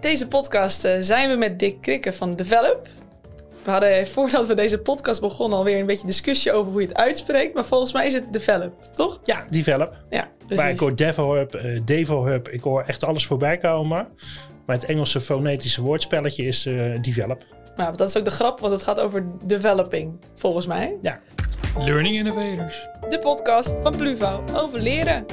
Deze podcast zijn we met Dick Krikke van Develop. We hadden voordat we deze podcast begonnen alweer een beetje discussie over hoe je het uitspreekt. Maar volgens mij is het Develop, toch? Ja, Develop. Ja, precies. Maar ik hoor DevOhub, DevoHub, ik hoor echt alles voorbij komen. Maar het Engelse fonetische woordspelletje is Develop. Nou, dat is ook de grap, want het gaat over developing, volgens mij. Ja. Learning Innovators. De podcast van Pluvo over leren.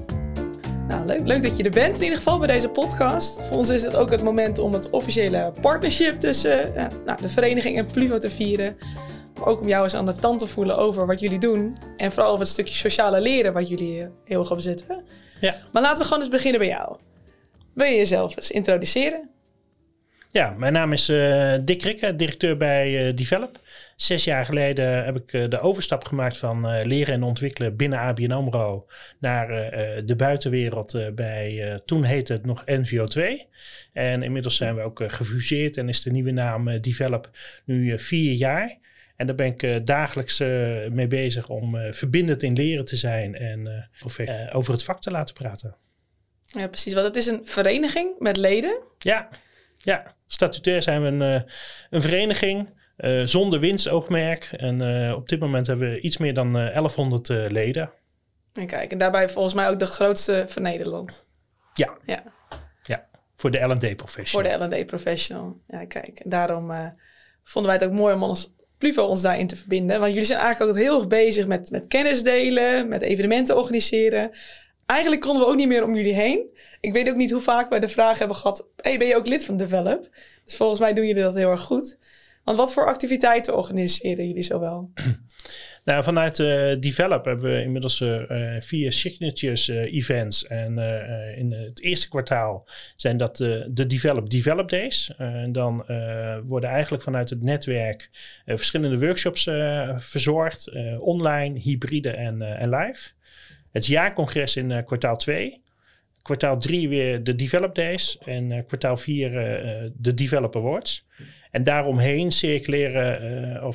Nou, leuk dat je er bent in ieder geval bij deze podcast. Voor ons is het ook het moment om het officiële partnership tussen de vereniging en Pluvo te vieren. Maar ook om jou eens aan de tand te voelen over wat jullie doen. En vooral over het stukje sociale leren wat jullie heel erg op zitten. Ja. Maar laten we gewoon eens beginnen bij jou. Wil je jezelf eens introduceren? Ja, mijn naam is Dick Krikke, directeur bij Develop. 6 jaar geleden heb ik de overstap gemaakt van leren en ontwikkelen binnen ABN AMRO naar de buitenwereld bij, toen heette het nog NVO2. En inmiddels zijn we ook gefuseerd en is de nieuwe naam Develop nu 4 jaar. En daar ben ik dagelijks mee bezig om verbindend in leren te zijn en over het vak te laten praten. Ja, precies. Want het is een vereniging met leden. Ja, statutair zijn we een vereniging zonder winstoogmerk. En op dit moment hebben we iets meer dan 1100 leden. En kijk, en daarbij volgens mij ook de grootste van Nederland. Ja, voor de L&D Professional. Voor de L&D Professional. Ja, kijk. En daarom vonden wij het ook mooi om Pluvo ons daarin te verbinden. Want jullie zijn eigenlijk ook heel erg bezig met kennis delen, met evenementen organiseren. Eigenlijk konden we ook niet meer om jullie heen. Ik weet ook niet hoe vaak wij de vraag hebben gehad, hey, ben je ook lid van Develop? Dus volgens mij doen jullie dat heel erg goed. Want wat voor activiteiten organiseren jullie zo wel? Nou, vanuit Develop hebben we inmiddels 4 signatures events. En in het eerste kwartaal zijn dat de Develop Days. En dan worden eigenlijk vanuit het netwerk verschillende workshops verzorgd. Online, hybride en live. Het jaarcongres in kwartaal 2. Kwartaal 3 weer de Develop Days. En kwartaal 4 de Develop Awards. En daaromheen cirkelen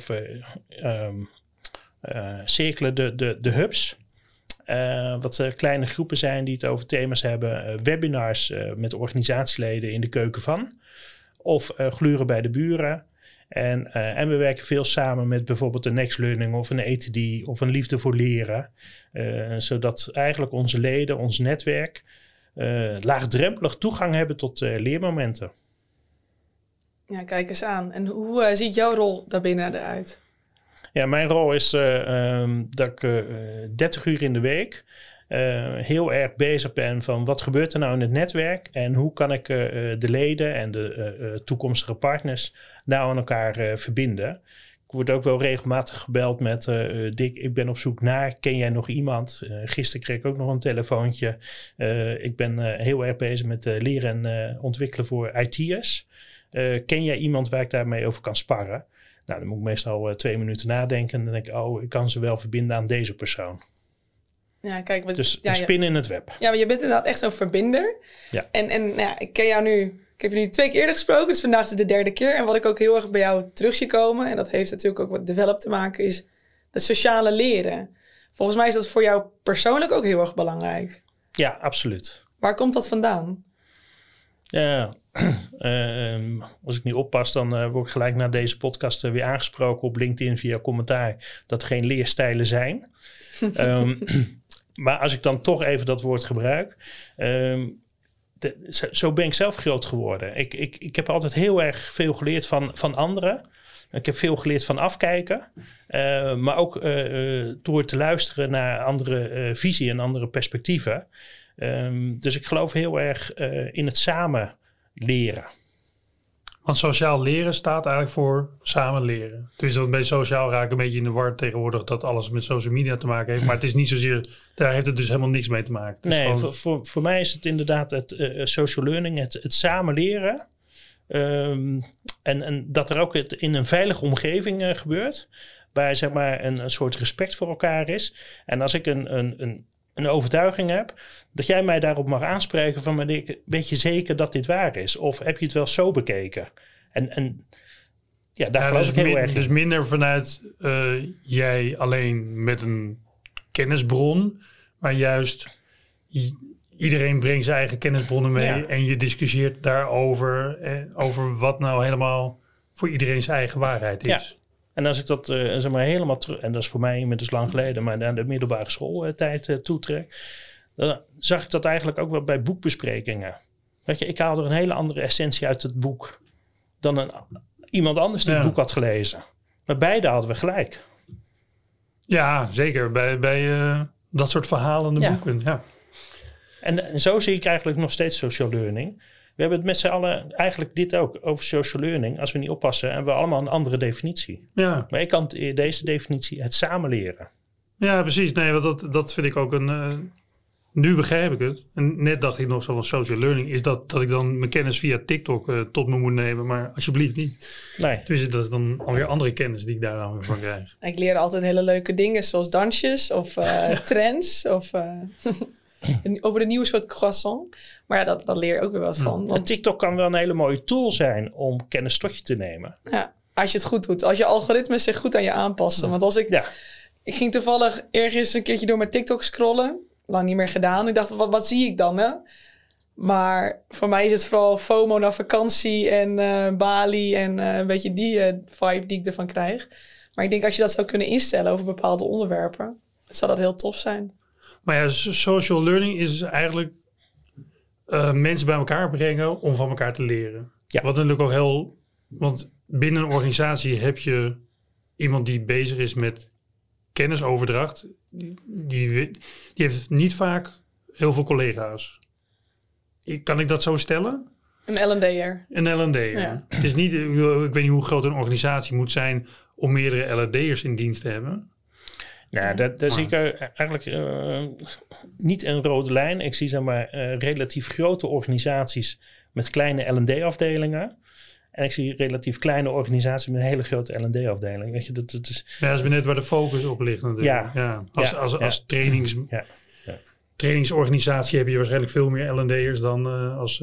cirkelen de hubs. Wat kleine groepen zijn die het over thema's hebben. Webinars met organisatieleden in de keuken van. Of gluren bij de buren. En we werken veel samen met bijvoorbeeld een Next Learning of een ETD of een Liefde voor Leren. Zodat eigenlijk onze leden, ons netwerk, laagdrempelig toegang hebben tot leermomenten. Ja, kijk eens aan. En hoe ziet jouw rol daarbinnen eruit? Ja, mijn rol is dat ik 30 uur in de week heel erg bezig ben van wat gebeurt er nou in het netwerk en hoe kan ik de leden en de toekomstige partners nou aan elkaar verbinden. Ik word ook wel regelmatig gebeld met Dick, ik ben op zoek naar, ken jij nog iemand? Gisteren kreeg ik ook nog een telefoontje. Ik ben heel erg bezig met leren en ontwikkelen voor IT'ers. Ken jij iemand waar ik daarmee over kan sparren? Nou, dan moet ik meestal 2 minuten nadenken en dan denk ik, ik kan ze wel verbinden aan deze persoon. Ja, kijk, Dus een spin in het web. Ja, maar je bent inderdaad echt zo'n verbinder. Ja. En ik ken jou nu. Ik heb je nu 2 keer eerder gesproken, dus vandaag is het de 3e keer. En wat ik ook heel erg bij jou terug zie komen, en dat heeft natuurlijk ook met Develop te maken, is dat sociale leren. Volgens mij is dat voor jou persoonlijk ook heel erg belangrijk. Ja, absoluut. Waar komt dat vandaan? Ja, als ik niet oppas, dan word ik gelijk na deze podcast weer aangesproken op LinkedIn via commentaar dat er geen leerstijlen zijn. Maar als ik dan toch even dat woord gebruik. Zo ben ik zelf groot geworden. Ik heb altijd heel erg veel geleerd van anderen. Ik heb veel geleerd van afkijken. Maar ook door te luisteren naar andere visie en andere perspectieven. Dus ik geloof heel erg in het samen leren. Want sociaal leren staat eigenlijk voor samen leren. Dus dat een beetje sociaal raakt een beetje in de war tegenwoordig dat alles met social media te maken heeft. Maar het is niet zozeer, daar heeft het dus helemaal niks mee te maken. Nee, gewoon... voor mij is het inderdaad het social learning, het samen leren. En dat er ook in een veilige omgeving gebeurt. Waar zeg maar een soort respect voor elkaar is. En als ik een overtuiging heb, dat jij mij daarop mag aanspreken van, maar weet je zeker dat dit waar is? Of heb je het wel zo bekeken? En ja, daar geloof ik heel erg in. Dus minder vanuit jij alleen met een kennisbron, maar juist iedereen brengt zijn eigen kennisbronnen mee. Ja. En je discussieert daarover. Over wat nou helemaal voor iedereen zijn eigen waarheid is. Ja. En als ik dat zeg maar helemaal terug... En dat is voor mij inmiddels lang geleden... maar naar de middelbare schooltijd toetrek... dan zag ik dat eigenlijk ook wel bij boekbesprekingen. Weet je, ik haalde er een hele andere essentie uit het boek... dan iemand anders die het boek had gelezen. Maar beide hadden we gelijk. Ja, zeker. Bij dat soort verhalende boeken. Ja. En zo zie ik eigenlijk nog steeds social learning. We hebben het met z'n allen eigenlijk dit ook over social learning. Als we niet oppassen, hebben we allemaal een andere definitie. Ja. Maar ik kan deze definitie het samenleren. Ja, precies. Nee, want dat vind ik ook een... nu begrijp ik het. En net dacht ik nog zo van social learning... is dat ik dan mijn kennis via TikTok tot me moet nemen. Maar alsjeblieft niet. Nee. Dus dat is dan alweer andere kennis die ik daar dan van krijg. Ik leer altijd hele leuke dingen, zoals dansjes of trends of over de nieuwe soort croissant. Maar ja, daar leer je ook weer wat van. Want TikTok kan wel een hele mooie tool zijn om kennis tot je te nemen. ja, als je het goed doet. Als je algoritmes zich goed aan je aanpassen. Want als ik ging toevallig ergens een keertje door mijn TikTok scrollen. Lang niet meer gedaan. Ik dacht, wat zie ik dan? Hè? Maar voor mij is het vooral FOMO naar vakantie en Bali en een beetje die vibe die ik ervan krijg. Maar ik denk als je dat zou kunnen instellen over bepaalde onderwerpen, zou dat heel tof zijn. Maar ja, social learning is dus eigenlijk mensen bij elkaar brengen om van elkaar te leren. Ja. Wat natuurlijk ook heel... Want binnen een organisatie heb je iemand die bezig is met kennisoverdracht. Die heeft niet vaak heel veel collega's. Kan ik dat zo stellen? Een L&D'er. Een L&D'er. Ja. Het is niet, ik weet niet hoe groot een organisatie moet zijn om meerdere L&D'ers in dienst te hebben. Nou, daar zie ik eigenlijk niet een rode lijn. Ik zie zeg maar relatief grote organisaties met kleine L&D-afdelingen. En ik zie relatief kleine organisaties met een hele grote L&D-afdeling. Weet je, dat is... Ja, dat is net waar de focus op ligt natuurlijk. Ja. Als trainingsorganisatie heb je waarschijnlijk veel meer L&D'ers dan als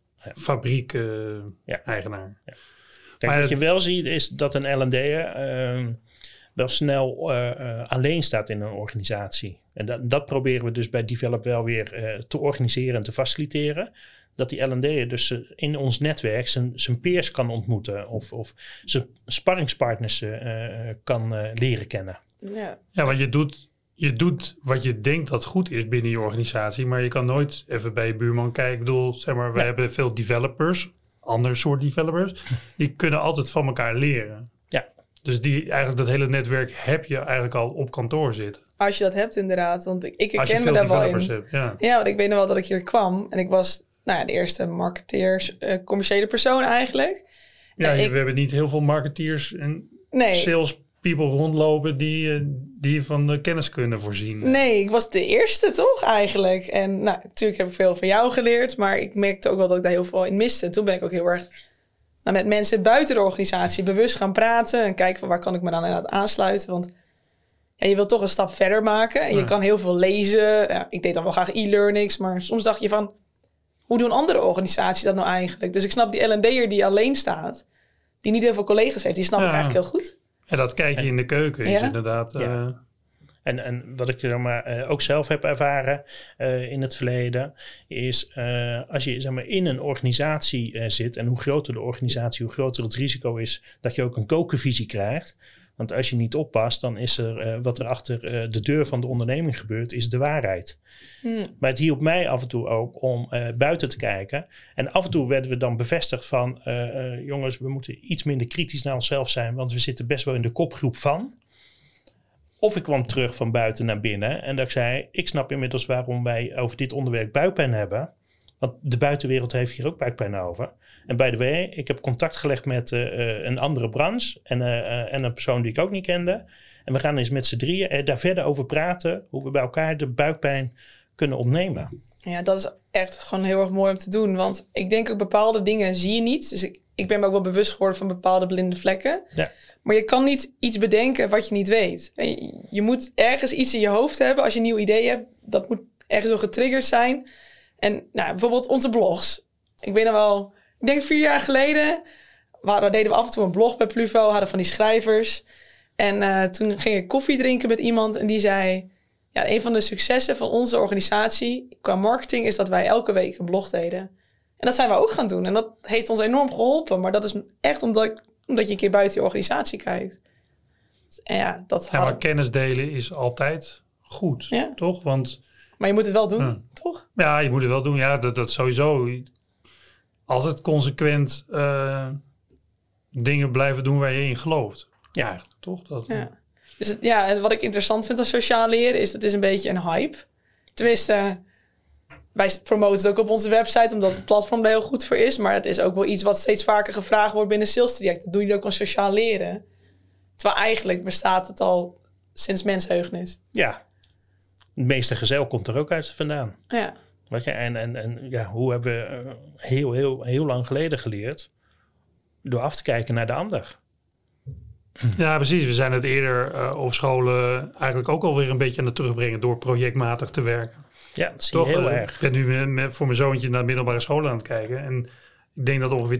fabriek-eigenaar. Kijk, wat je wel ziet is dat een L&D'er wel snel alleen staat in een organisatie. En dat proberen we dus bij Develop wel weer te organiseren en te faciliteren. Dat die L&D'er dus in ons netwerk zijn peers kan ontmoeten. Of zijn sparringspartners kan leren kennen. Ja, want je doet wat je denkt dat goed is binnen je organisatie. Maar je kan nooit even bij je buurman kijken. Ik bedoel, zeg maar, wij hebben veel developers. Ander soort developers. Die kunnen altijd van elkaar leren. Ja. Dus eigenlijk dat hele netwerk heb je eigenlijk al op kantoor zitten. Als je dat hebt inderdaad. Want ik herken me daar wel in. Hebt, ja, want ik weet nog wel dat ik hier kwam. En ik was de eerste marketeers, commerciële persoon eigenlijk. Ja, we hebben niet heel veel marketeers en sales people rondlopen die van de kennis kunnen voorzien. Nee, ik was de eerste toch eigenlijk. En natuurlijk heb ik veel van jou geleerd. Maar ik merkte ook wel dat ik daar heel veel in miste. Toen ben ik ook heel erg met mensen buiten de organisatie bewust gaan praten. En kijken van waar kan ik me dan inderdaad aansluiten. Want je wilt toch een stap verder maken. En je kan heel veel lezen. Ja, ik deed dan wel graag e-learnings. Maar soms dacht je van, hoe doen andere organisaties dat nou eigenlijk? Dus ik snap die L&D'er die alleen staat. Die niet heel veel collega's heeft. Die snap ik eigenlijk heel goed. Ja, dat kijkje in de keuken is inderdaad... En wat ik zeg maar, ook zelf heb ervaren in het verleden... is als je zeg maar, in een organisatie zit... en hoe groter de organisatie, hoe groter het risico is... dat je ook een kokenvisie krijgt. Want als je niet oppast, dan is er wat er achter de deur van de onderneming gebeurt... is de waarheid. Maar het hielp mij af en toe ook om buiten te kijken. En af en toe werden we dan bevestigd van... jongens, we moeten iets minder kritisch naar onszelf zijn... want we zitten best wel in de kopgroep van... Of ik kwam terug van buiten naar binnen en dat ik zei... ik snap inmiddels waarom wij over dit onderwerp buikpijn hebben. Want de buitenwereld heeft hier ook buikpijn over. En by the way, ik heb contact gelegd met een andere branche... en een persoon die ik ook niet kende. En we gaan eens met z'n drieën daar verder over praten... hoe we bij elkaar de buikpijn kunnen ontnemen. Ja, dat is echt gewoon heel erg mooi om te doen. Want ik denk ook bepaalde dingen zie je niet. Dus ik ben me ook wel bewust geworden van bepaalde blinde vlekken. Ja. Maar je kan niet iets bedenken wat je niet weet. Je moet ergens iets in je hoofd hebben als je een nieuw idee hebt. Dat moet ergens wel getriggerd zijn. En bijvoorbeeld onze blogs. Ik weet nog wel, ik denk 4 jaar geleden... deden we af en toe een blog bij Pluvo. Hadden van die schrijvers. En toen ging ik koffie drinken met iemand. En die zei... Ja, een van de successen van onze organisatie qua marketing is dat wij elke week een blog deden. En dat zijn we ook gaan doen. En dat heeft ons enorm geholpen. Maar dat is echt omdat je een keer buiten je organisatie kijkt. En ja, maar kennis delen is altijd goed, toch? Maar je moet het wel doen, toch? Ja, je moet het wel doen. Ja, dat sowieso. Altijd consequent dingen blijven doen waar je in gelooft. Ja, eigenlijk, toch? Dus en wat ik interessant vind aan sociaal leren is dat is een beetje een hype. Tenminste, wij promoten het ook op onze website omdat het platform daar heel goed voor is. Maar het is ook wel iets wat steeds vaker gevraagd wordt binnen sales trajecten. Dat doen jullie ook aan sociaal leren. Terwijl eigenlijk bestaat het al sinds mensheugenis. Ja, het meeste gezel komt er ook uit vandaan. Ja. Weet je? En hoe hebben we heel lang geleden geleerd? Door af te kijken naar de ander. Ja, precies. We zijn het eerder op scholen eigenlijk ook alweer een beetje aan het terugbrengen door projectmatig te werken. Ja, dat zie je heel erg. Ik ben nu voor mijn zoontje naar middelbare scholen aan het kijken. En ik denk dat ongeveer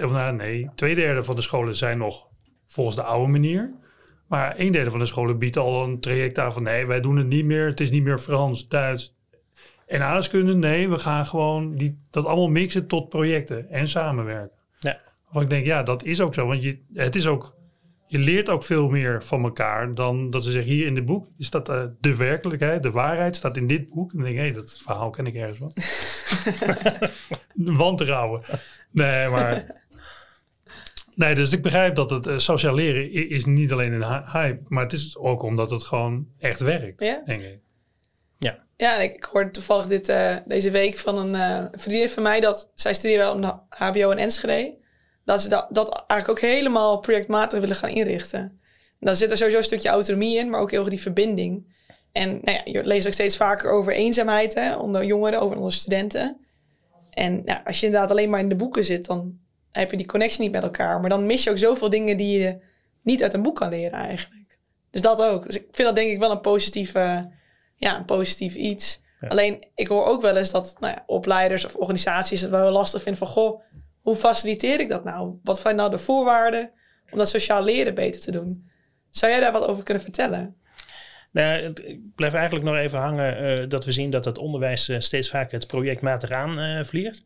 2/3 van de scholen zijn nog volgens de oude manier. Maar 1/3 van de scholen biedt al een traject aan van nee, wij doen het niet meer. Het is niet meer Frans, Duits en aardrijkskunde. Nee, we gaan gewoon dat allemaal mixen tot projecten en samenwerken. Ja. Want ik denk, dat is ook zo. Want je leert ook veel meer van elkaar dan dat ze zeggen hier in dit boek is dat de werkelijkheid, de waarheid staat in dit boek. En dan denk ik, dat verhaal ken ik ergens van. Wantrouwen. Nee, maar... Nee, dus ik begrijp dat het sociaal leren is niet alleen een hype, maar het is ook omdat het gewoon echt werkt, denk ik. Ja, ik hoorde toevallig deze week van een vriendin van mij dat zij studeerde op de HBO in Enschede. Dat ze dat eigenlijk ook helemaal projectmatig willen gaan inrichten. En dan zit er sowieso een stukje autonomie in, maar ook heel erg die verbinding. En je leest ook steeds vaker over eenzaamheid onder jongeren, onder studenten. En als je inderdaad alleen maar in de boeken zit, dan heb je die connectie niet met elkaar. Maar dan mis je ook zoveel dingen die je niet uit een boek kan leren eigenlijk. Dus dat ook. Dus ik vind dat denk ik wel een positief iets. Ja. Alleen, ik hoor ook wel eens dat opleiders of organisaties het wel heel lastig vinden van... Goh, hoe faciliteer ik dat nou? Wat zijn nou de voorwaarden om dat sociaal leren beter te doen? Zou jij daar wat over kunnen vertellen? Nou, ik blijf eigenlijk nog even hangen dat we zien dat het onderwijs steeds vaker het projectmatig aanvliegt.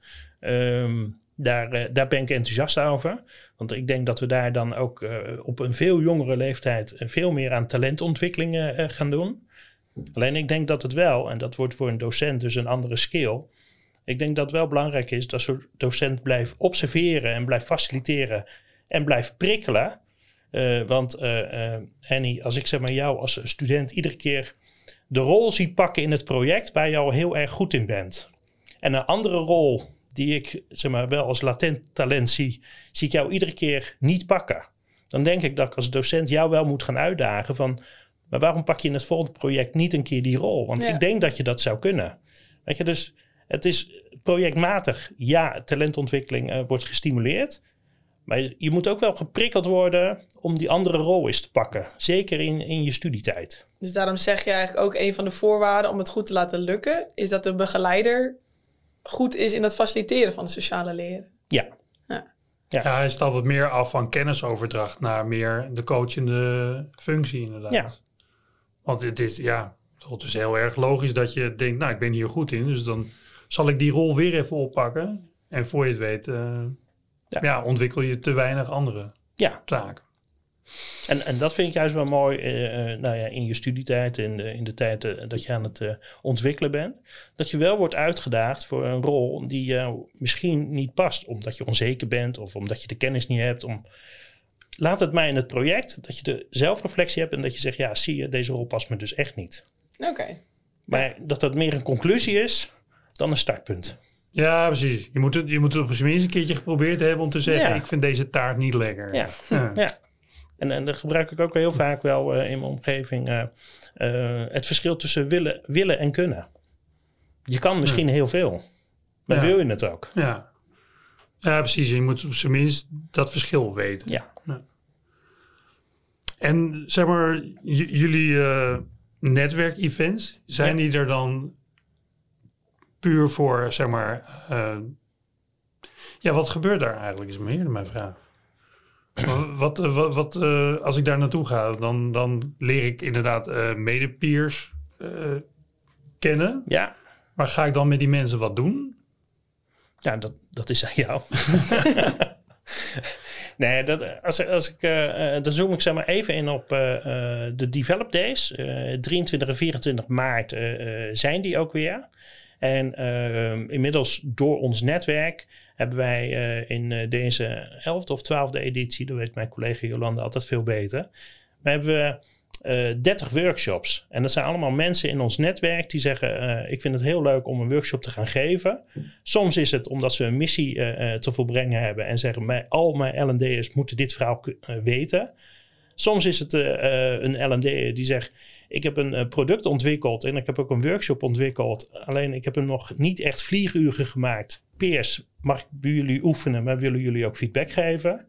Daar ben ik enthousiast over. Want ik denk dat we daar dan ook op een veel jongere leeftijd veel meer aan talentontwikkeling gaan doen. Alleen ik denk dat het wel, en dat wordt voor een docent dus een andere skill. Ik denk dat het wel belangrijk is dat zo'n docent blijft observeren en blijft faciliteren en blijft prikkelen. Want Annie, als ik zeg maar jou als student iedere keer de rol zie pakken in het project waar je al heel erg goed in bent. En een andere rol die ik zeg maar wel als latent talent zie ik jou iedere keer niet pakken. Dan denk ik dat ik als docent jou wel moet gaan uitdagen van, maar waarom pak je in het volgende project niet een keer die rol? Want ik denk dat je dat zou kunnen. Weet je, dus het is projectmatig. Ja, talentontwikkeling wordt gestimuleerd. Maar je moet ook wel geprikkeld worden om die andere rol eens te pakken. Zeker in je studietijd. Dus daarom zeg je eigenlijk ook een van de voorwaarden om het goed te laten lukken, is dat de begeleider goed is in het faciliteren van het sociale leren. Ja. Ja, hij staat wat meer af van kennisoverdracht naar meer de coachende functie inderdaad. Ja. Want het is heel erg logisch dat je denkt, ik ben hier goed in. Dus dan zal ik die rol weer even oppakken. En voor je het weet, ontwikkel je te weinig andere taken. En dat vind ik juist wel mooi in je studietijd, in de tijd dat je aan het ontwikkelen bent. Dat je wel wordt uitgedaagd voor een rol die jou misschien niet past. Omdat je onzeker bent of omdat je de kennis niet hebt. Laat het maar in het project, dat je de zelfreflectie hebt en dat je zegt, zie je, deze rol past me dus echt niet. Oké. Maar dat meer een conclusie is dan een startpunt. Ja, precies. Je moet het op zijn minst een keertje geprobeerd hebben om te zeggen, ik vind deze taart niet lekker. Ja. En dat gebruik ik ook heel vaak wel in mijn omgeving. Het verschil tussen willen en kunnen. Je kan misschien heel veel. Maar wil je het ook? Ja, precies. Je moet op zijn minst dat verschil weten. Ja. En zeg maar, jullie netwerkevents, zijn die er dan puur voor, zeg maar... wat gebeurt daar eigenlijk, is meer mijn vraag. Wat als ik daar naartoe ga, dan leer ik inderdaad mede-peers kennen. Ja. Maar ga ik dan met die mensen wat doen? Ja, dat is aan jou. Nee, dan zoom ik zeg maar even in op de Develop Days. 23 en 24 maart zijn die ook weer. En inmiddels door ons netwerk hebben wij in deze 11e of 12e editie, dat weet mijn collega Jolanda altijd veel beter, maar hebben we 30 workshops. En dat zijn allemaal mensen in ons netwerk die zeggen, ik vind het heel leuk om een workshop te gaan geven. Soms is het omdat ze een missie te volbrengen hebben en zeggen, al mijn L&D'ers moeten dit verhaal weten. Soms is het een L&D'er die zegt, ik heb een product ontwikkeld en ik heb ook een workshop ontwikkeld. Alleen ik heb hem nog niet echt vlieguren gemaakt. Peers, mag ik bij jullie oefenen, maar willen jullie ook feedback geven?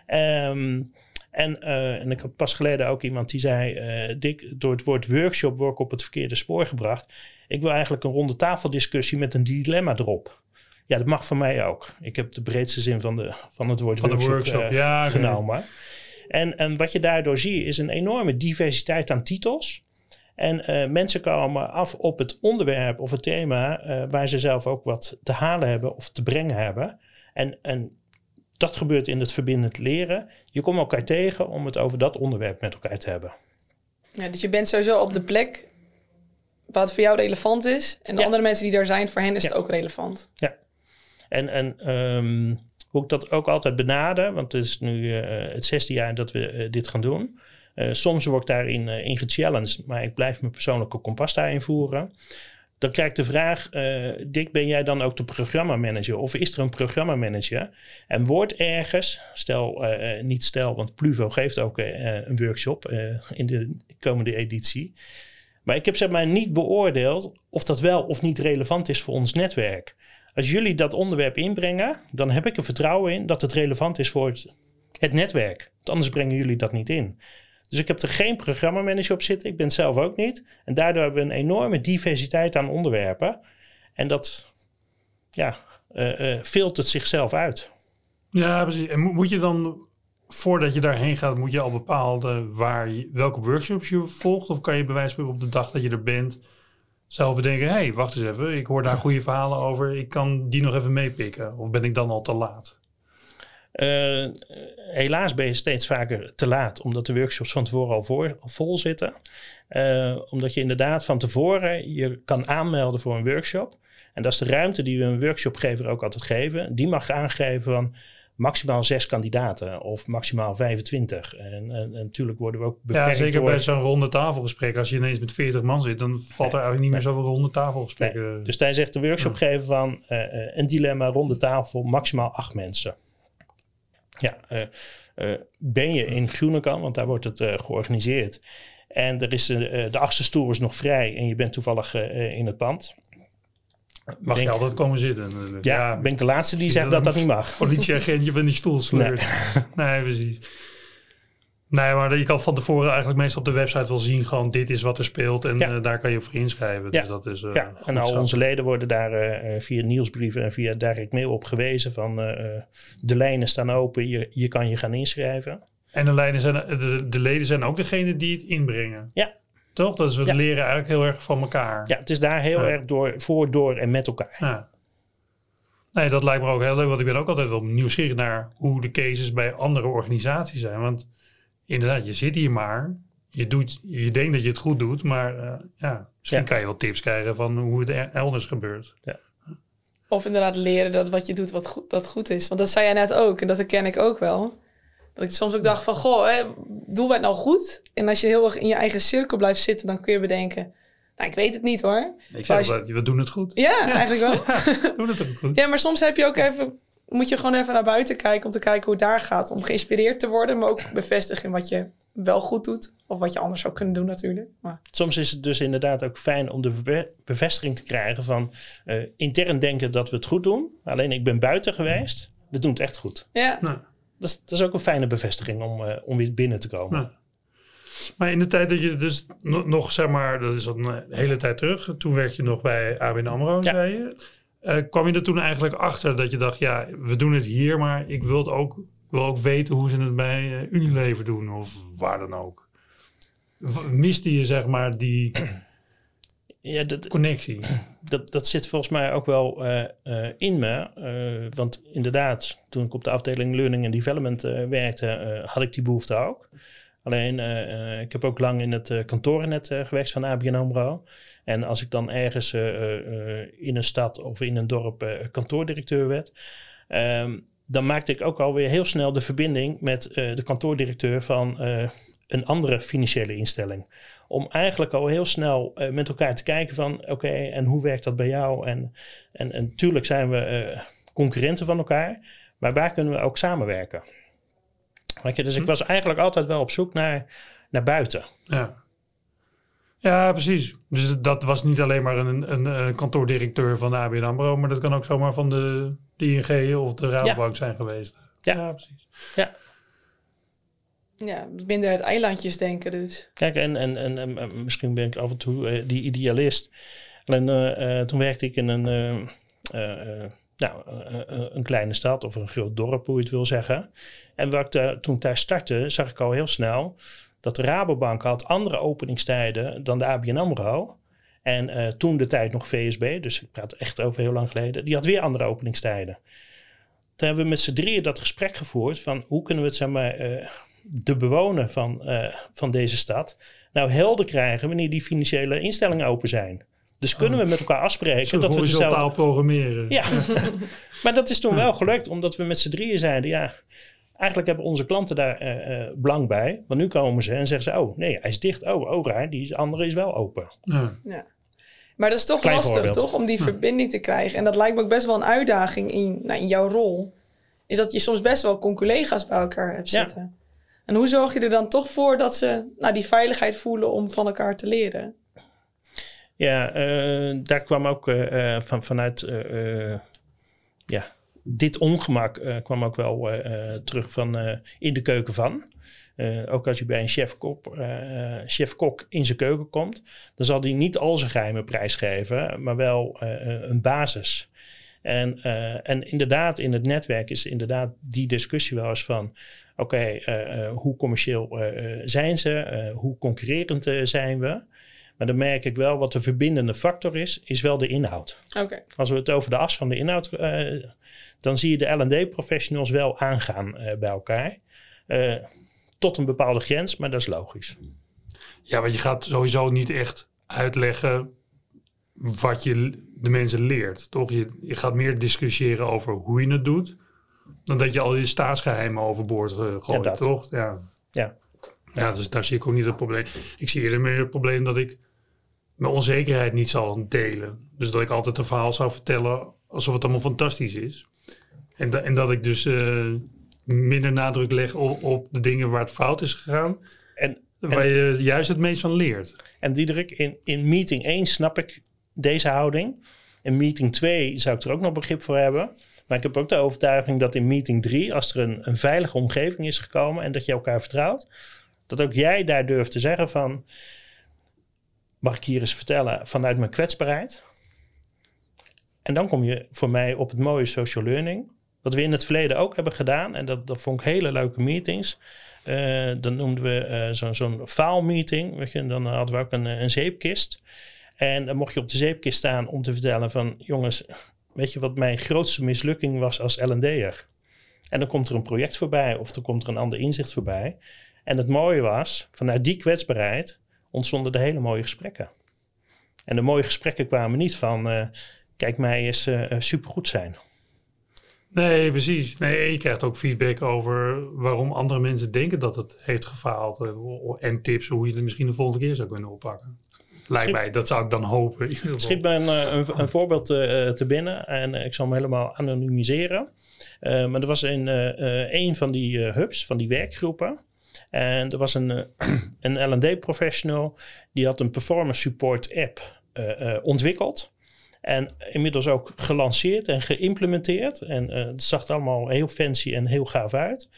En ik had pas geleden ook iemand die zei, Dick, door het woord workshop word ik op het verkeerde spoor gebracht. Ik wil eigenlijk een ronde tafeldiscussie met een dilemma erop. Ja, dat mag van mij ook. Ik heb de breedste zin van het woord workshop genomen. En wat je daardoor ziet is een enorme diversiteit aan titels. En mensen komen af op het onderwerp of het thema waar ze zelf ook wat te halen hebben of te brengen hebben. En dat gebeurt in het verbindend leren. Je komt elkaar tegen om het over dat onderwerp met elkaar te hebben. Ja, dus je bent sowieso op de plek wat voor jou relevant is. En de andere mensen die daar zijn, voor hen is het ook relevant. Ja. En hoe ik dat ook altijd benader, want het is nu het 6e jaar dat we dit gaan doen. Soms word ik daarin in gechallenged, maar ik blijf mijn persoonlijke kompas daarin voeren. Dan krijg ik de vraag, Dick, ben jij dan ook de programmamanager? Of is er een programmamanager? En wordt ergens, want Pluvo geeft ook een workshop in de komende editie. Maar ik heb zeg maar niet beoordeeld of dat wel of niet relevant is voor ons netwerk. Als jullie dat onderwerp inbrengen, dan heb ik er vertrouwen in dat het relevant is voor het netwerk. Want anders brengen jullie dat niet in. Dus ik heb er geen programmamanager op zitten. Ik ben het zelf ook niet. En daardoor hebben we een enorme diversiteit aan onderwerpen. En dat filtert zichzelf uit. Ja, precies. En moet je dan, voordat je daarheen gaat, moet je al bepalen welke workshops je volgt? Of kan je bij wijze van op de dag dat je er bent zelf bedenken, hey, wacht eens even, ik hoor daar goede verhalen over. Ik kan die nog even meepikken. Of ben ik dan al te laat? Helaas ben je steeds vaker te laat, omdat de workshops van tevoren al vol zitten. Omdat je inderdaad van tevoren je kan aanmelden voor een workshop. En dat is de ruimte die we een workshopgever ook altijd geven. Die mag aangeven van maximaal 6 kandidaten of maximaal 25. En natuurlijk worden we ook beperkt. Ja, zeker bij zo'n ronde tafelgesprek. Als je ineens met 40 man zit, dan valt er eigenlijk niet meer zoveel ronde tafelgesprekken. Nee. Dus daar zegt de workshopgever van een dilemma, ronde tafel, maximaal 8 mensen. Ja, ben je in Groenekan, want daar wordt het georganiseerd. En er is de 8e stoel is nog vrij en je bent toevallig in het pand. Mag je altijd komen zitten? Ja, ben ik de laatste die zegt dat niet mag. Politieagentje van die stoel sleurt. Nee, precies. Nee, maar je kan van tevoren eigenlijk meestal op de website wel zien, gewoon dit is wat er speelt en daar kan je op voor inschrijven. Ja, dus dat is, en al onze leden worden daar via nieuwsbrieven en via direct mail op gewezen van de lijnen staan open, je kan je gaan inschrijven. En de leden zijn ook degene die het inbrengen. Ja. Toch? Dus we leren eigenlijk heel erg van elkaar. Ja, het is daar heel erg door en met elkaar. Ja. Nee, dat lijkt me ook heel leuk, want ik ben ook altijd wel nieuwsgierig naar hoe de cases bij andere organisaties zijn. Want inderdaad, je zit hier maar, je denkt dat je het goed doet, maar misschien kan je wel tips krijgen van hoe het elders gebeurt. Ja. Of inderdaad leren dat wat je doet dat goed is. Want dat zei jij net ook en dat herken ik ook wel. Dat ik soms ook dacht van, doen wij het nou goed? En als je heel erg in je eigen cirkel blijft zitten, dan kun je bedenken, nou, ik weet het niet hoor. Ik zeg altijd, we doen het goed. Ja, eigenlijk wel. We doen het ook goed. Ja, maar soms moet je gewoon even naar buiten kijken om te kijken hoe het daar gaat. Om geïnspireerd te worden, maar ook bevestigen in wat je wel goed doet. Of wat je anders zou kunnen doen natuurlijk. Maar soms is het dus inderdaad ook fijn om de bevestiging te krijgen van intern denken dat we het goed doen. Alleen ik ben buiten geweest. We doen het echt goed. Ja. Nou. Dat is ook een fijne bevestiging om weer binnen te komen. Ja. Maar in de tijd dat je dus nog, zeg maar, dat is al een hele tijd terug. Toen werkte je nog bij ABN AMRO, zei je. Kwam je er toen eigenlijk achter dat je dacht, ja, we doen het hier, maar ik wil ook weten hoe ze het bij Unilever doen of waar dan ook. Miste je, zeg maar, Ja, connectie. Dat zit volgens mij ook wel in me. Want inderdaad, toen ik op de afdeling Learning and Development werkte, had ik die behoefte ook. Alleen, ik heb ook lang in het kantorennet gewerkt van ABN AMRO. En als ik dan ergens in een stad of in een dorp kantoordirecteur werd, dan maakte ik ook alweer heel snel de verbinding met de kantoordirecteur van een andere financiële instelling. Om eigenlijk al heel snel met elkaar te kijken van oké, en hoe werkt dat bij jou? En tuurlijk zijn we concurrenten van elkaar, maar waar kunnen we ook samenwerken? Weet je, dus ik was eigenlijk altijd wel op zoek naar buiten. Ja, precies. Dus dat was niet alleen maar een kantoordirecteur van de ABN AMRO, maar dat kan ook zomaar van de ING of de Rabobank zijn geweest. Ja, precies. Ja. Ja, minder het eilandjes denken dus. Kijk, en misschien ben ik af en toe die idealist. Alleen toen werkte ik in een kleine stad of een groot dorp, hoe je het wil zeggen. En toen ik daar startte, zag ik al heel snel dat de Rabobank had andere openingstijden dan de ABN AMRO. En toen de tijd nog VSB, dus ik praat echt over heel lang geleden, die had weer andere openingstijden. Toen hebben we met z'n drieën dat gesprek gevoerd van hoe kunnen we het, zeg maar, de bewoner van deze stad nou helder krijgen wanneer die financiële instellingen open zijn. Dus kunnen we met elkaar afspreken dat we horizontaal programmeren. Ja, maar dat is toen wel gelukt, omdat we met z'n drieën zeiden, ja, eigenlijk hebben onze klanten daar belang bij. Want nu komen ze en zeggen ze, oh nee, hij is dicht. Oh raar, die andere is wel open. Ja. Maar dat is toch Klein lastig, voorbeeld. toch? Om die verbinding te krijgen. En dat lijkt me ook best wel een uitdaging in jouw rol. Is dat je soms best wel collega's bij elkaar hebt zitten. Ja. En hoe zorg je er dan toch voor dat ze die veiligheid voelen om van elkaar te leren? Ja, daar kwam ook vanuit dit ongemak kwam ook wel terug van in de keuken van. Ook als je bij een chef-kok in zijn keuken komt, dan zal hij niet al zijn geheimen prijsgeven, maar wel een basis. En inderdaad, in het netwerk is inderdaad die discussie wel eens van oké, hoe commercieel zijn ze? Hoe concurrerend zijn we? Maar dan merk ik wel wat de verbindende factor is wel de inhoud. Okay. Als we het over de as van de inhoud, dan zie je de L&D-professionals wel aangaan bij elkaar. Tot een bepaalde grens, maar dat is logisch. Ja, want je gaat sowieso niet echt uitleggen wat je de mensen leert, toch? Je gaat meer discussiëren over hoe je het doet, dan dat je al je staatsgeheimen overboord gooit, toch? Ja, dus daar zie ik ook niet het probleem. Ik zie eerder meer het probleem dat ik mijn onzekerheid niet zal delen. Dus dat ik altijd een verhaal zou vertellen alsof het allemaal fantastisch is. En dat ik dus minder nadruk leg op de dingen waar het fout is gegaan. Waar je juist het meest van leert. En Diederik, in meeting 1 snap ik deze houding. In meeting 2 zou ik er ook nog begrip voor hebben. Maar ik heb ook de overtuiging dat in meeting 3, als er een veilige omgeving is gekomen en dat je elkaar vertrouwt, dat ook jij daar durft te zeggen van, mag ik hier eens vertellen vanuit mijn kwetsbaarheid? En dan kom je voor mij op het mooie social learning. Wat we in het verleden ook hebben gedaan. En dat vond ik hele leuke meetings. Dan noemden we zo'n faalmeeting. Weet je, en dan hadden we ook een zeepkist. En dan mocht je op de zeepkist staan om te vertellen van, jongens, weet je wat mijn grootste mislukking was als L&D'er? En dan komt er een project voorbij of er komt er een ander inzicht voorbij. En het mooie was, vanuit die kwetsbaarheid ontstonden de hele mooie gesprekken. En de mooie gesprekken kwamen niet van, kijk mij eens supergoed zijn. Nee, precies. Nee, je krijgt ook feedback over waarom andere mensen denken dat het heeft gefaald. En tips hoe je het misschien de volgende keer zou kunnen oppakken. Lijkt mij, dat zou ik dan hopen. Schiet me een voorbeeld te binnen en ik zal hem helemaal anonimiseren. Maar er was een van die hubs, van die werkgroepen. En er was een L&D-professional die had een performance support app ontwikkeld. En inmiddels ook gelanceerd en geïmplementeerd. En het zag er allemaal heel fancy en heel gaaf uit.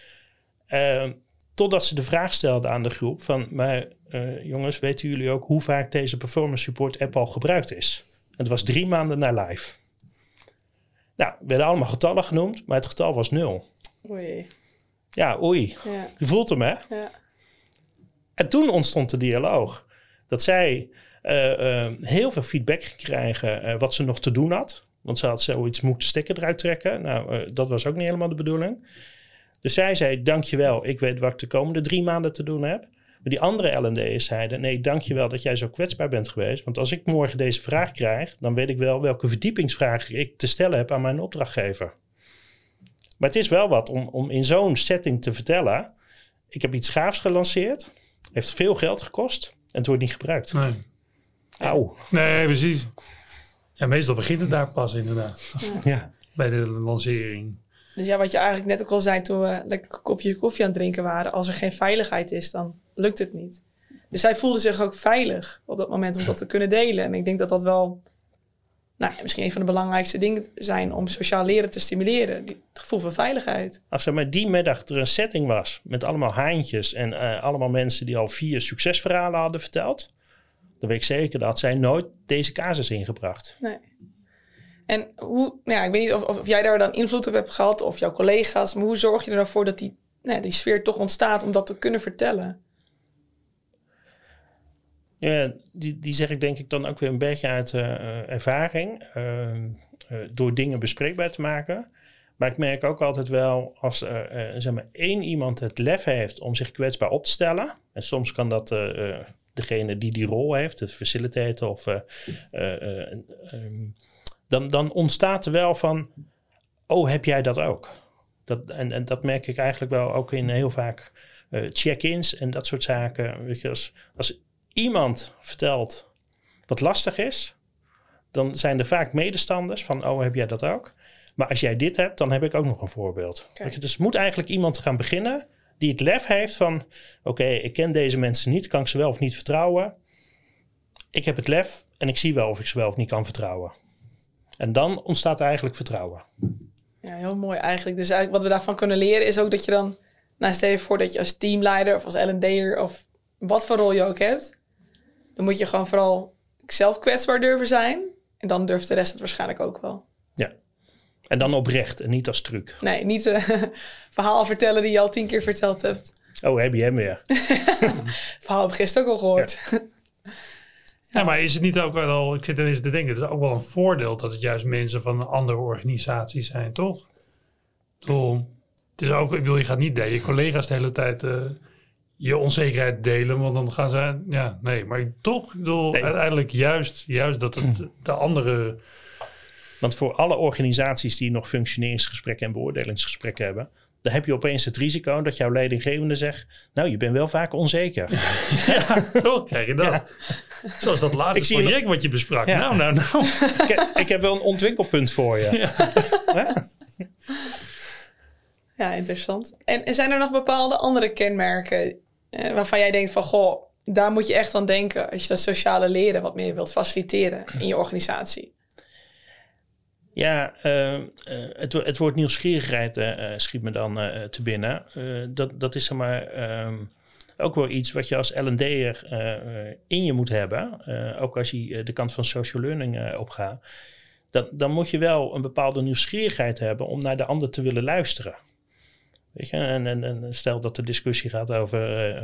Totdat ze de vraag stelden aan de groep van, maar jongens, weten jullie ook hoe vaak deze performance support app al gebruikt is? En het was 3 maanden na live. Nou, er werden allemaal getallen genoemd, maar het getal was 0. Oei. Ja, oei. Ja. Je voelt hem, hè? Ja. En toen ontstond de dialoog. Dat zij heel veel feedback gekregen wat ze nog te doen had. Want ze had zoiets moeten stekker eruit trekken. Nou, dat was ook niet helemaal de bedoeling. Dus zij zei, dankjewel, ik weet wat ik de komende 3 maanden te doen heb. Maar die andere L&D'ers zeiden, nee, dankjewel dat jij zo kwetsbaar bent geweest. Want als ik morgen deze vraag krijg, dan weet ik wel welke verdiepingsvraag ik te stellen heb aan mijn opdrachtgever. Maar het is wel wat om in zo'n setting te vertellen. Ik heb iets gaafs gelanceerd. Heeft veel geld gekost. En het wordt niet gebruikt. Nee. Auw. Nee, precies. Ja, meestal begint het daar pas inderdaad. Ja. Bij de lancering. Dus ja, wat je eigenlijk net ook al zei toen we lekker een kopje koffie aan het drinken waren. Als er geen veiligheid is, dan lukt het niet. Dus zij voelde zich ook veilig op dat moment om dat te kunnen delen. En ik denk dat dat wel misschien een van de belangrijkste dingen zijn om sociaal leren te stimuleren. Het gevoel van veiligheid. Als er maar die middag er een setting was met allemaal haantjes en allemaal mensen die al 4 succesverhalen hadden verteld, dan weet ik zeker dat zij nooit deze casus ingebracht. Nee. En hoe, ik weet niet of jij daar dan invloed op hebt gehad of jouw collega's, maar hoe zorg je er nou voor dat die sfeer toch ontstaat om dat te kunnen vertellen? Ja, die zeg ik denk ik dan ook weer een beetje uit ervaring. Door dingen bespreekbaar te maken. Maar ik merk ook altijd wel als er 1 iemand het lef heeft om zich kwetsbaar op te stellen. En soms kan dat degene die rol heeft, het facilitator of dan ontstaat er wel van, oh, heb jij dat ook? En dat merk ik eigenlijk wel ook in heel vaak check-ins en dat soort zaken. Weet je, als iemand vertelt wat lastig is, dan zijn er vaak medestanders van, oh, heb jij dat ook? Maar als jij dit hebt, dan heb ik ook nog een voorbeeld. Weet je, dus moet eigenlijk iemand gaan beginnen die het lef heeft van, oké, ik ken deze mensen niet, kan ik ze wel of niet vertrouwen? Ik heb het lef en ik zie wel of ik ze wel of niet kan vertrouwen. En dan ontstaat eigenlijk vertrouwen. Ja, heel mooi eigenlijk. Dus eigenlijk wat we daarvan kunnen leren is ook dat je dan, stel je voor dat je als teamleider of als L&D'er of wat voor rol je ook hebt, dan moet je gewoon vooral zelf kwetsbaar durven zijn. En dan durft de rest het waarschijnlijk ook wel. Ja. En dan oprecht en niet als truc. Nee, niet verhaal vertellen die je al 10 keer verteld hebt. Oh, heb je hem weer. Verhaal heb ik gisteren ook al gehoord. Ja. Ja, maar is het niet ook wel, ik zit er eens te denken, het is ook wel een voordeel dat het juist mensen van een andere organisatie zijn, toch? Het is ook, je gaat niet je collega's de hele tijd je onzekerheid delen, want dan gaan ze, maar toch, uiteindelijk juist dat het de andere. Want voor alle organisaties die nog functioneringsgesprekken en beoordelingsgesprekken hebben, dan heb je opeens het risico dat jouw leidinggevende zegt, nou, je bent wel vaak onzeker. Ja, toch krijg je dat. Ja. Zoals dat laatste project wat je besprak. Ja. Nou. Ik heb wel een ontwikkelpunt voor je. Ja, ja, interessant. En zijn er nog bepaalde andere kenmerken waarvan jij denkt van, goh, daar moet je echt aan denken als je dat sociale leren wat meer wilt faciliteren in je organisatie? Ja, het woord nieuwsgierigheid schiet me dan te binnen. Dat is ook wel iets wat je als L&D'er in je moet hebben. Ook als je de kant van social learning opgaat. Dan moet je wel een bepaalde nieuwsgierigheid hebben om naar de ander te willen luisteren. Weet je? En stel dat de discussie gaat over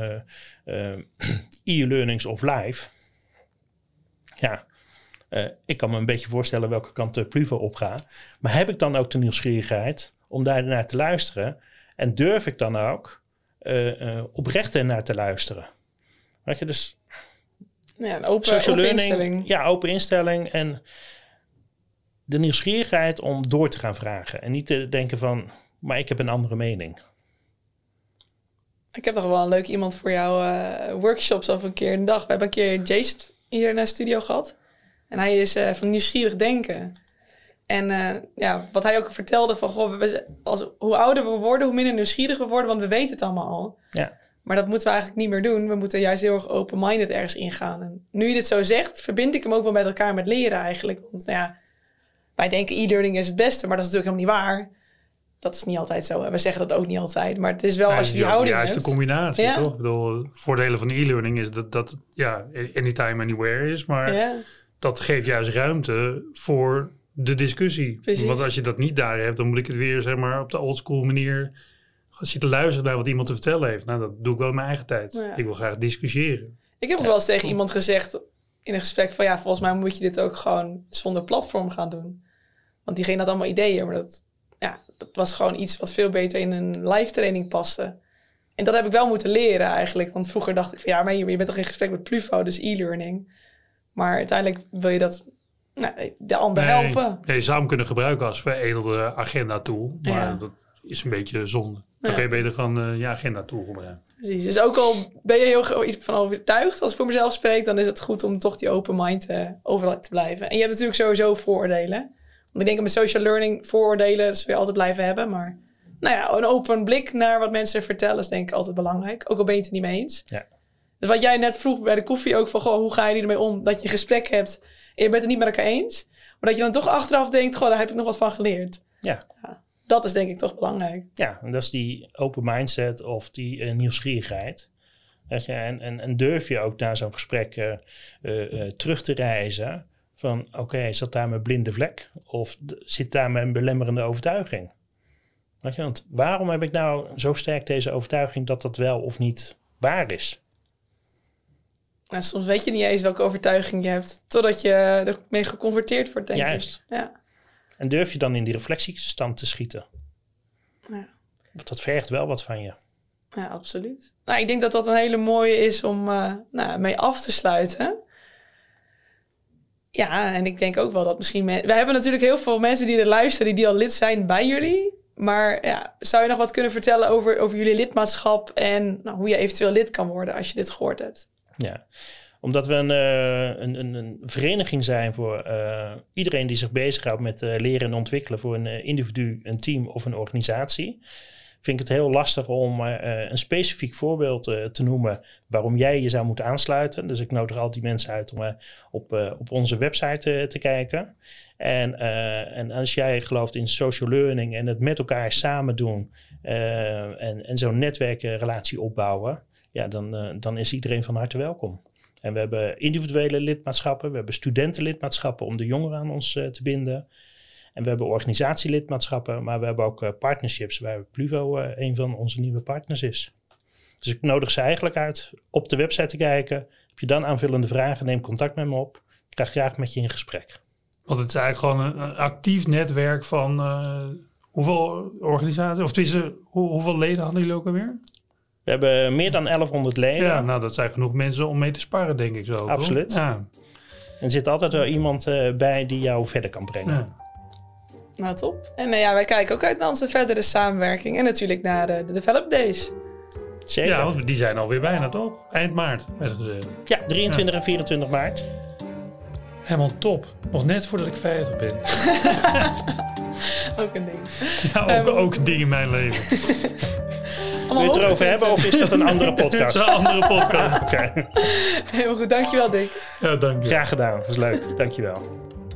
e-learnings of live. Ja. Ik kan me een beetje voorstellen welke kant de Pluvo opgaat. Maar heb ik dan ook de nieuwsgierigheid om daar naar te luisteren? En durf ik dan ook oprecht naar te luisteren? Weet je, dus ja, een open instelling. Ja, open instelling. En de nieuwsgierigheid om door te gaan vragen. En niet te denken van, maar ik heb een andere mening. Ik heb nog wel een leuk iemand voor jouw workshops of een keer een dag. We hebben een keer Jason hier naar de studio gehad. En hij is van nieuwsgierig denken. En wat hij ook vertelde van, hoe ouder we worden, hoe minder nieuwsgierig we worden, want we weten het allemaal al. Ja. Maar dat moeten we eigenlijk niet meer doen. We moeten juist heel erg open-minded ergens ingaan. En nu je dit zo zegt, verbind ik hem ook wel met elkaar met leren eigenlijk. Want wij denken e-learning is het beste, maar dat is natuurlijk helemaal niet waar. Dat is niet altijd zo. En we zeggen dat ook niet altijd. Maar het is wel als je die houding hebt. Juist de combinatie, toch? Ik bedoel, voordelen van e-learning is dat anytime, anywhere is. Maar dat geeft juist ruimte voor de discussie. Precies. Want als je dat niet daar hebt, dan moet ik het weer zeg maar op de oldschool manier zitten luisteren naar wat iemand te vertellen heeft. Nou, dat doe ik wel in mijn eigen tijd. Ja. Ik wil graag discussiëren. Ik heb ook wel eens tegen iemand gezegd, in een gesprek van... ja, volgens mij moet je dit ook gewoon zonder platform gaan doen. Want diegene had allemaal ideeën, maar dat was gewoon iets wat veel beter in een live training paste. En dat heb ik wel moeten leren eigenlijk. Want vroeger dacht ik van ja, maar je bent toch in gesprek met Plufo, dus e-learning. Maar uiteindelijk wil je dat de ander helpen. Ja, je zou hem kunnen gebruiken als veredelde agenda tool. Maar dat is een beetje zonde. Dan kun je beter gewoon je agenda tool gebruiken. Precies. Dus ook al ben je heel iets van overtuigd, als ik voor mezelf spreek, dan is het goed om toch die open mind overal te blijven. En je hebt natuurlijk sowieso vooroordelen. Want ik denk met social learning vooroordelen, dat zul je altijd blijven hebben. Maar een open blik naar wat mensen vertellen is denk ik altijd belangrijk. Ook al ben je het er niet mee eens. Ja. Dus wat jij net vroeg bij de koffie ook van, hoe ga je ermee om? Dat je een gesprek hebt en je bent het niet met elkaar eens. Maar dat je dan toch achteraf denkt, daar heb ik nog wat van geleerd. Ja. Dat is denk ik toch belangrijk. Ja, en dat is die open mindset of die nieuwsgierigheid. En durf je ook naar zo'n gesprek terug te reizen van oké, zat daar mijn blinde vlek? Of zit daar mijn belemmerende overtuiging? Want waarom heb ik nou zo sterk deze overtuiging dat dat wel of niet waar is? Nou, soms weet je niet eens welke overtuiging je hebt, totdat je ermee geconfronteerd wordt, denk ik. Ja. En durf je dan in die reflectiestand te schieten? Ja. Want dat vergt wel wat van je. Ja, absoluut. Nou, ik denk dat dat een hele mooie is om mee af te sluiten. Ja, en ik denk ook wel dat misschien... We hebben natuurlijk heel veel mensen die er luisteren, die al lid zijn bij jullie. Maar zou je nog wat kunnen vertellen over jullie lidmaatschap en hoe je eventueel lid kan worden als je dit gehoord hebt? Ja, omdat we een vereniging zijn voor iedereen die zich bezighoudt met leren en ontwikkelen voor een individu, een team of een organisatie. Vind ik het heel lastig om een specifiek voorbeeld te noemen waarom jij je zou moeten aansluiten. Dus ik nodig al die mensen uit om op onze website te kijken. En als jij gelooft in social learning en het met elkaar samen doen en zo'n netwerkrelatie opbouwen, dan is iedereen van harte welkom. En we hebben individuele lidmaatschappen, we hebben studentenlidmaatschappen om de jongeren aan ons te binden. En we hebben organisatielidmaatschappen, maar we hebben ook partnerships waar Plufo een van onze nieuwe partners is. Dus ik nodig ze eigenlijk uit op de website te kijken. Heb je dan aanvullende vragen, neem contact met me op. Ik ga graag met je in gesprek. Want het is eigenlijk gewoon een actief netwerk van hoeveel organisaties, of hoeveel leden hadden jullie ook alweer? We hebben meer dan 1100 leden. Ja, nou dat zijn genoeg mensen om mee te sparren, denk ik zo. Absoluut. Ja. En er zit altijd wel iemand bij die jou verder kan brengen. Ja. Nou, top. En wij kijken ook uit naar onze verdere samenwerking. En natuurlijk naar de Develop Days. Zeker. Ja, want die zijn alweer bijna, toch? Eind maart, werd gezegd. Ja, 23 en 24 maart. Helemaal top. Nog net voordat ik 50 ben. Ook een ding. Ja, ook een ding in mijn leven. Wil je het erover hebben of is dat een andere podcast? Het is een andere podcast. Okay. Helemaal goed. Dankjewel, Dick. Ja, dank je. Graag gedaan. Dat was leuk. Dankjewel.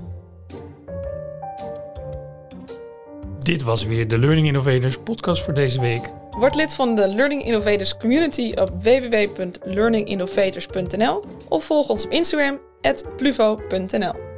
Dit was weer de Learning Innovators podcast voor deze week. Word lid van de Learning Innovators community op www.learninginnovators.nl of volg ons op Instagram @pluvo.nl.